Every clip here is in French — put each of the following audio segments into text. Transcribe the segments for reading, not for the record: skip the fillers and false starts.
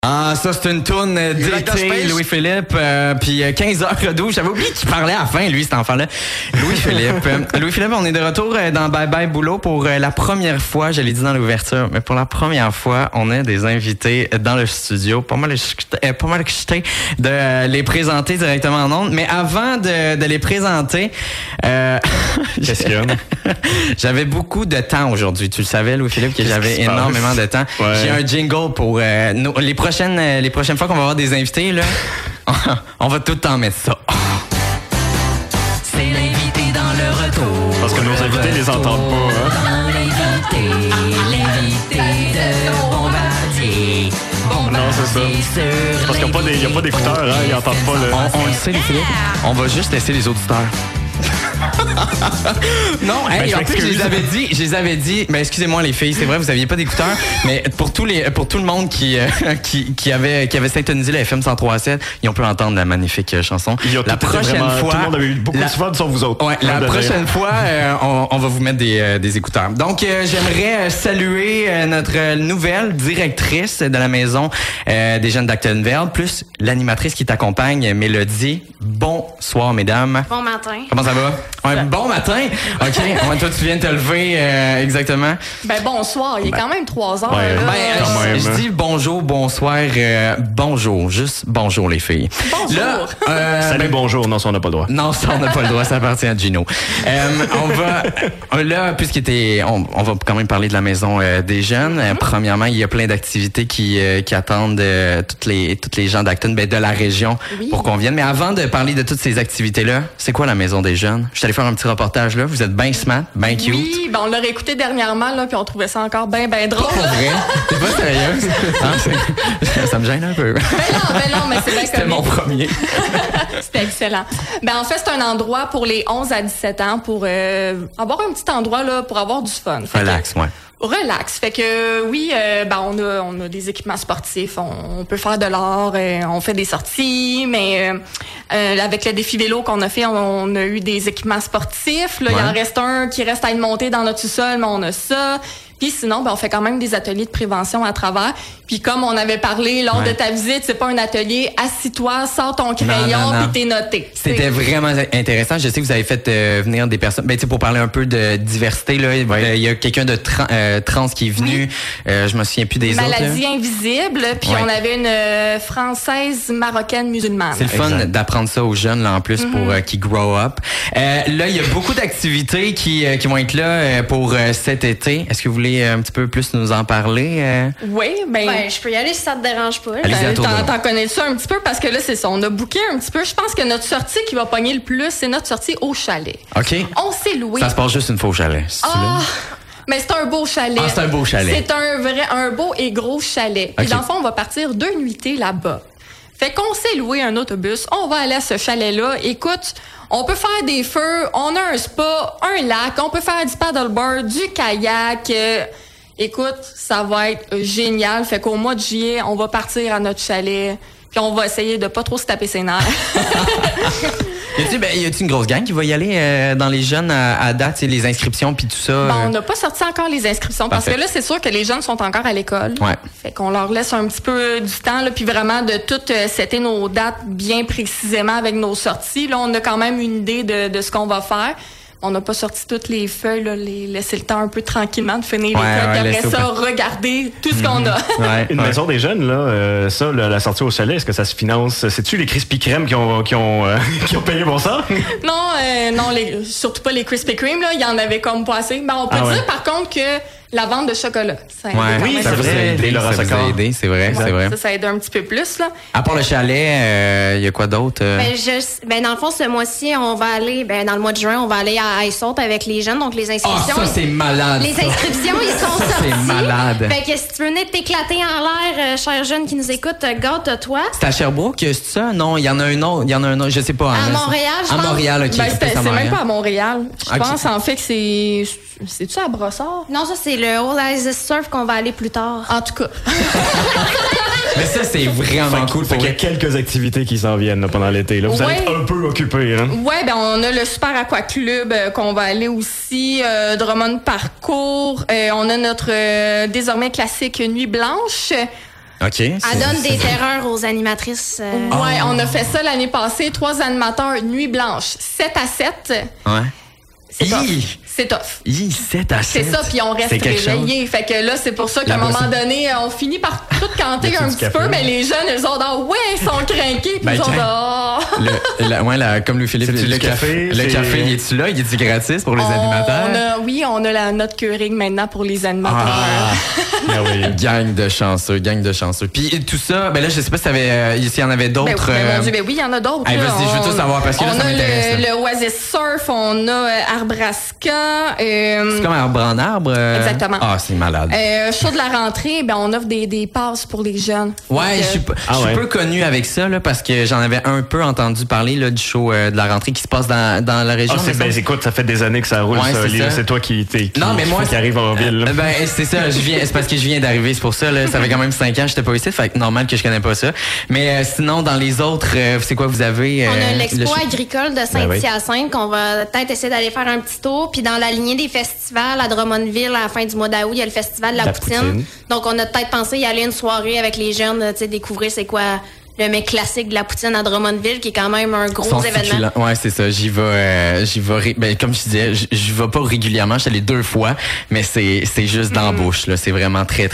Ah, ça, c'est une toune d'été, Louis-Philippe. Puis 15h12. J'avais oublié qu'il parlait à la fin, lui, cet enfant-là. Louis-Philippe, on est de retour dans Bye Bye Boulot pour la première fois, je l'ai dit dans l'ouverture, mais pour la première fois, on a des invités dans le studio. Pas mal excités de les présenter directement en ondes. Mais avant de les présenter, qu'est-ce qu'il y a? J'avais beaucoup de temps aujourd'hui. Tu le savais, Louis-Philippe, que j'avais énormément de temps. Ouais. J'ai un jingle pour les prochaines fois qu'on va avoir des invités, là. On va tout le temps mettre ça. C'est l'invité dans le retour. Parce que nos invités les entendent pas, hein? L'invité de Bombardier. Non, c'est ça. Parce qu'il n'y a pas d'écouteurs, hein? Ils n'entendent pas le... On le sait, Louis-Philippe. On va juste laisser les auditeurs. Non, hey, en plus, je les avais dit, mais excusez-moi les filles, c'est vrai, vous aviez pas d'écouteurs, mais pour tout le monde qui avait syntonisé la FM 103.7, ils ont pu entendre la magnifique chanson. La prochaine fois, tout le monde avait eu beaucoup de fun sauf vous autres. Ouais, la prochaine fois, on va vous mettre des écouteurs. Donc, j'aimerais saluer notre nouvelle directrice de la maison des jeunes d'Actonville, plus l'animatrice qui t'accompagne, Mélodie. Bonsoir, mesdames. Bon matin. Comment ça va? Ouais, bon matin. OK. Ouais, toi, tu viens de te lever exactement. Ben, bonsoir. Il est quand même 3 heures. Ouais, là. Je dis bonjour, bonsoir, bonjour. Juste bonjour, les filles. Bonjour. Là, salut, bonjour. Non, ça, on n'a pas le droit. Non, ça, on n'a pas le droit. Ça appartient à Gino. On va... Là, on va quand même parler de la maison des jeunes. Premièrement, il y a plein d'activités qui attendent toutes les gens d'Acton, de la région, pour qu'on vienne. Mais avant de parler de toutes ces activités-là, c'est quoi la maison des jeunes? Je suis allé faire un petit reportage là. Vous êtes bien smart, bien cute. Oui, ben on l'a réécouté dernièrement là, puis on trouvait ça encore bien drôle. Pas vrai? T'es pas sérieuse? Ça me gêne un peu. Ben non, mais c'est bien C'était mon premier. C'était excellent. Ben en fait, c'est un endroit pour les 11 à 17 ans pour avoir un petit endroit là pour avoir du fun. Relax, ouais. Relax. Fait que oui, on a des équipements sportifs, on peut faire de l'art, on fait des sorties, mais avec le défi vélo qu'on a fait, on a eu des équipements sportifs. Là, il en reste un qui reste à être monté dans notre sous-sol, mais on a ça. Puis sinon, on fait quand même des ateliers de prévention à travers. Puis comme on avait parlé lors de ta visite, c'est pas un atelier, assis-toi, sors ton crayon, puis t'es noté. C'était vraiment intéressant. Je sais que vous avez fait venir des personnes. Ben, pour parler un peu de diversité, là, il y a quelqu'un de trans qui est venu. Je me souviens plus des autres. Maladie invisible. Puis on avait une Française marocaine musulmane. C'est le fun d'apprendre ça aux jeunes, là, en plus, pour qu'ils grow up. Là, il y a beaucoup d'activités qui vont être là pour cet été. Est-ce que vous voulez un petit peu plus nous en parler? Oui, je peux y aller si ça te dérange pas. T'en connais ça un petit peu parce que là, c'est ça. On a booké un petit peu. Je pense que notre sortie qui va pogner le plus, c'est notre sortie au chalet. OK. On s'est loué. Ça se passe juste une fois au chalet. Mais c'est un beau chalet. Ah, c'est un beau chalet. C'est un beau et gros chalet. Puis dans le fond, on va partir 2 nuitées là-bas. Fait qu'on s'est loué un autobus. On va aller à ce chalet-là. Écoute, on peut faire des feux, on a un spa, un lac, on peut faire du paddleboard, du kayak. Écoute, ça va être génial. Fait qu'au mois de juillet, on va partir à notre chalet. Puis on va essayer de pas trop se taper ses nerfs. Y a-t-il une grosse gang qui va y aller dans les jeunes à date, les inscriptions puis tout ça? On n'a pas sorti encore les inscriptions parce que là, c'est sûr que les jeunes sont encore à l'école. Ouais. Fait qu'on leur laisse un petit peu du temps, là, puis vraiment de tout setter nos dates bien précisément avec nos sorties. Là, on a quand même une idée de ce qu'on va faire. On n'a pas sorti toutes les feuilles, là, laisser le temps un peu tranquillement de finir les feuilles, puis après ça, regarder tout ce qu'on a. Une maison des jeunes, là, la sortie au chalet, est-ce que ça se finance? C'est-tu les Krispy Kreme qui ont payé pour ça? Non, surtout pas les Krispy Kreme, là. Il y en avait comme pas assez. Ben, on peut dire, par contre, que la vente de chocolat. Ça vous a aidé, c'est vrai. Ça aide un petit peu plus, là. À part le chalet, il y a quoi d'autre? Dans le fond, ce mois-ci, on va aller, dans le mois de juin, on va aller à Ice Haute avec les jeunes, donc les inscriptions. Ah, ça, c'est malade. Les inscriptions, ils sont sortis. C'est malade. Fait que si tu veux venir t'éclater en l'air, chers jeunes qui nous écoutent, gâte-toi. C'est à Sherbrooke, c'est ça? Non, il y en a un autre, je sais pas. À Montréal, je pense. À Montréal, OK. C'est même pas à Montréal. Je pense, en fait, que c'est-tu à Brossard? Non, ça, c'est le All Ice Surf qu'on va aller plus tard. En tout cas. Mais ça, c'est vraiment cool. Fait qu'il y a quelques activités qui s'en viennent là, pendant l'été. Là. Vous allez être un peu occupés. Hein? Oui, on a le Super Aqua Club qu'on va aller aussi. Drummond Parcours. On a notre désormais classique Nuit Blanche. OK. Elle donne des terreurs aux animatrices. Ouais, on a fait ça l'année passée. 3 animateurs, nuit blanche. 7 à 7. Ouais. C'est tough. Hi! C'est tough. 7 à 7. C'est ça, puis on reste C'est quelque réveillés. Fait que là, c'est pour ça qu'à un moment donné, on finit par tout canter un petit peu, mais les jeunes, ils ont dit, ouais, ils sont craqués, puis ils ont dit, comme Louis-Philippe, le café, il est-tu là? Il est-tu gratis pour les animateurs? On a notre Keurig maintenant pour les animateurs. Ah oui. Gang de chanceux. Puis tout ça, ben là, je sais pas s'il y en avait d'autres. Mon Dieu, oui, il y en a d'autres. Hey, vas-y, je veux tout savoir parce que là, ça m'intéresse. On a le Oasis Surf, on a Arbraska. C'est comme arbre en arbre. Exactement. Ah, c'est malade. Show de la rentrée, ben on offre des passes pour les jeunes. Ouais, je suis peu connu avec ça là, parce que j'en avais un peu entendu parler là, du show de la rentrée qui se passe dans la région. Écoute, ça fait des années que ça roule. Ouais, c'est toi qui arrive en ville. C'est ça. C'est parce que je viens d'arriver, c'est pour ça. Là, ça fait quand même 5 ans que j'étais pas ici, fait que normal que je connais pas ça. Mais sinon, dans les autres, c'est quoi vous avez? On a l'expo agricole de Saint-Hyacinthe qu'on va peut-être essayer d'aller faire un petit tour. Puis dans la lignée des festivals à Drummondville, à la fin du mois d'août, il y a le festival de la poutine. Donc, on a peut-être pensé y aller une soirée avec les jeunes, tu sais, découvrir c'est quoi le mec classique de la poutine à Drummondville, qui est quand même un gros événement. Ouais, c'est ça. J'y vais. Comme je disais, je vais pas régulièrement. Je suis allé 2 fois, mais c'est juste dans la bouche. Là, c'est vraiment très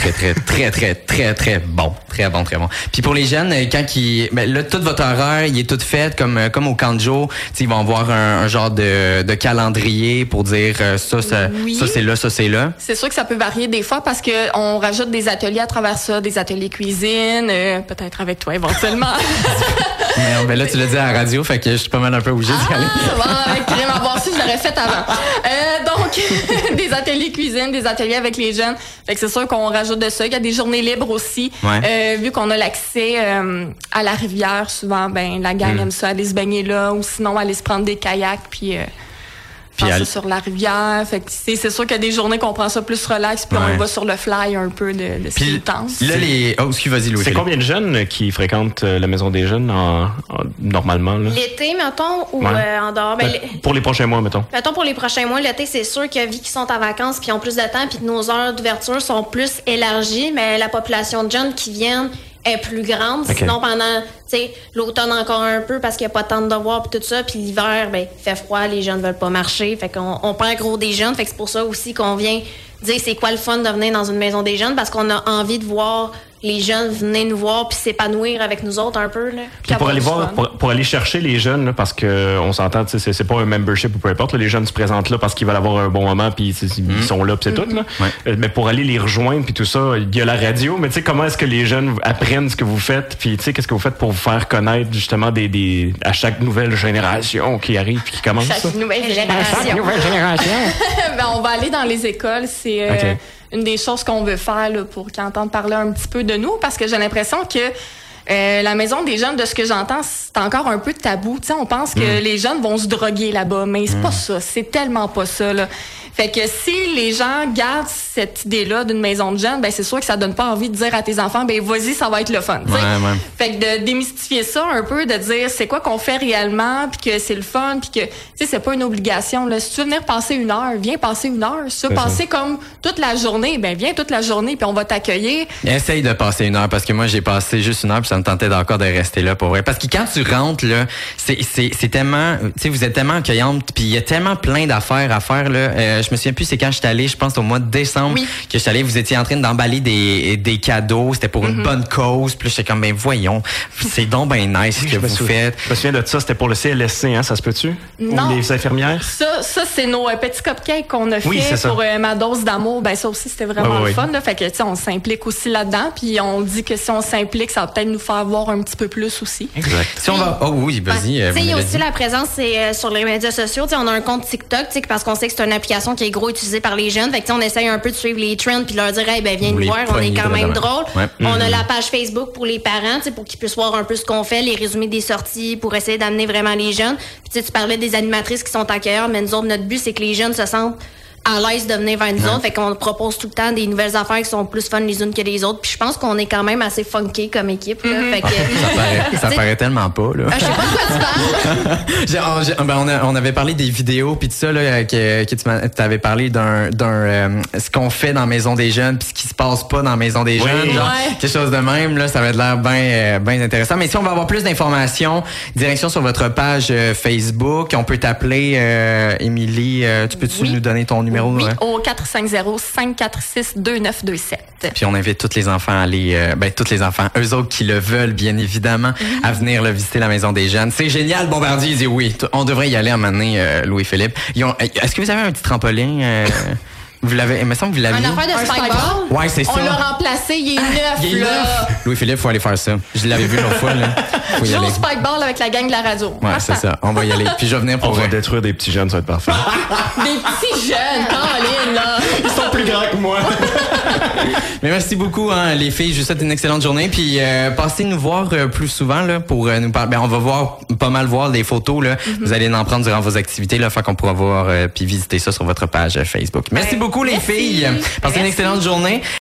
bon, très bon. Puis pour les jeunes, là, tout votre horaire, il est tout fait comme au Kanjo. Ils vont avoir un genre de calendrier pour dire ça c'est là, ça c'est là. C'est sûr que ça peut varier des fois parce que on rajoute des ateliers à travers ça, des ateliers cuisine, peut-être avec toi éventuellement. Mais là, tu l'as dit à la radio, fait que je suis pas mal un peu obligée d'y aller. Bon, m'avoir su, je l'aurais fait avant. Donc, des ateliers cuisine, des ateliers avec les jeunes. Fait que c'est sûr qu'on rajoute de ça. Il y a des journées libres aussi. Ouais. Vu qu'on a l'accès à la rivière, souvent, ben la gang aime ça, aller se baigner là, ou sinon aller se prendre des kayaks, puis ça sur la rivière. Fait que c'est sûr qu'il y a des journées qu'on prend ça plus relax, puis on va sur le fly un peu de ce qui tente. Là, vas-y, Louis. C'est combien de jeunes qui fréquentent la maison des jeunes normalement? Là? L'été, mettons, ou en dehors? Pour les prochains mois, mettons. Mettons, pour les prochains mois, l'été, c'est sûr que vu qu'ils sont en vacances puis ils ont plus de temps, puis que nos heures d'ouverture sont plus élargies, mais la population de jeunes qui viennent est plus grande. Okay. Sinon, pendant, tu sais, l'automne encore un peu parce qu'il n'y a pas tant de devoirs puis tout ça. Puis l'hiver, ben, il fait froid, les jeunes veulent pas marcher. Fait qu'on perd gros des jeunes. Fait que c'est pour ça aussi qu'on vient dire c'est quoi le fun de venir dans une maison des jeunes parce qu'on a envie de voir les jeunes venir nous voir puis s'épanouir avec nous autres un peu là. Puis pour aller pour aller chercher les jeunes là, parce que on s'entend, tu sais, c'est pas un membership ou peu importe. Là, les jeunes se présentent là parce qu'ils veulent avoir un bon moment puis ils sont là puis c'est tout là. Ouais. Mais pour aller les rejoindre puis tout ça, il y a la radio. Mais tu sais comment est-ce que les jeunes apprennent ce que vous faites puis tu sais qu'est-ce que vous faites pour vous faire connaître justement à chaque nouvelle génération qui arrive puis qui commence. Chaque nouvelle génération. Ben, on va aller dans les écoles. C'est une des choses qu'on veut faire là, pour qu'ils entendent parler un petit peu de nous, parce que j'ai l'impression que la maison des jeunes, de ce que j'entends, c'est encore un peu tabou. Tu sais, on pense que les jeunes vont se droguer là-bas, mais c'est pas ça. C'est tellement pas ça, là. Fait que si les gens gardent cette idée-là d'une maison de jeunes, ben c'est sûr que ça donne pas envie de dire à tes enfants, ben vas-y, ça va être le fun. Ouais. Fait que de démystifier ça un peu, de dire c'est quoi qu'on fait réellement, puis que c'est le fun, puis que tu sais c'est pas une obligation. Là. Si tu veux venir passer 1 heure, viens passer 1 heure. Si tu veux passer comme toute la journée, ben viens toute la journée, puis on va t'accueillir. Essaye de passer 1 heure parce que moi j'ai passé juste 1 heure, puis ça me tentait encore de rester là pour vrai. Parce que quand tu rentres là, c'est tellement, tu sais, vous êtes tellement accueillante, puis il y a tellement plein d'affaires à faire là. Je me souviens plus, c'est quand j'étais allé, je pense au mois de décembre, que j'étais allé, vous étiez en train d'emballer des cadeaux, c'était pour une bonne cause, puis j'étais comme, ben voyons, c'est donc ben nice ce que vous faites. Je me souviens de ça, c'était pour le CLSC, hein, ça se peut-tu? Non. Ou les infirmières? Ça c'est nos petits cupcakes qu'on a fait pour ma dose d'amour, ben ça aussi c'était vraiment le fun, là, fait que tu sais, on s'implique aussi là-dedans, puis on dit que si on s'implique, ça va peut-être nous faire voir un petit peu plus aussi. Exact. Si on va, vas-y. Tu sais, il y a aussi la présence sur les médias sociaux, tu sais, on a un compte TikTok, tu sais, parce qu'on sait que c'est une application qui est gros utilisée par les jeunes. Fait que on essaye un peu de suivre les trends puis leur dire hey, ben viens nous voir, on est quand même drôle. Ouais. On a la page Facebook pour les parents, tu sais, pour qu'ils puissent voir un peu ce qu'on fait, les résumés des sorties pour essayer d'amener vraiment les jeunes. Puis tu parlais des animatrices qui sont accueillantes, mais nous autres notre but c'est que les jeunes se sentent à l'aise de venir vers nous autres. Fait qu'on propose tout le temps des nouvelles affaires qui sont plus fun les unes que les autres. Puis je pense qu'on est quand même assez funky comme équipe. Là. Fait que, ça paraît tellement pas, là. Je sais pas de quoi tu parles. On avait parlé des vidéos puis tout ça, là, que tu avais parlé d'un ce qu'on fait dans Maison des Jeunes puis ce qui se passe pas dans Maison des Jeunes. Genre, quelque chose de même, là, ça avait l'air bien intéressant. Mais si on veut avoir plus d'informations, direction sur votre page Facebook. On peut t'appeler, Émilie, tu peux-tu nous donner ton numéro? Oui, au 450-546-2927. Puis on invite tous les enfants à aller, tous les enfants, eux autres qui le veulent, bien évidemment, à venir visiter la Maison des Jeunes. C'est génial, Bombardier, il dit oui, on devrait y aller à un moment donné, Louis-Philippe. Est-ce que vous avez un petit trampoline? Vous l'avez, il me semble que vous l'aviez. Un affaire de spikeball? Ouais, c'est ça. On l'a remplacé, il est neuf, là. Louis-Philippe, faut aller faire ça. Je l'avais vu l'autre fois, là. Faut y Joue aller. au spikeball avec la gang de la radio. Ouais, c'est ça. On va y aller. Puis je vais venir pour... On va détruire des petits jeunes, ça va être parfait. Des petits jeunes, Caroline, là. Ils sont plus grands que moi. Mais merci beaucoup, hein, les filles. Je vous souhaite une excellente journée. Puis passez nous voir plus souvent là pour nous parler. On va pas mal voir des photos là. Vous allez en prendre durant vos activités là, fait qu'on pourra voir puis visiter ça sur votre page Facebook. Merci beaucoup les filles. Passez une excellente journée.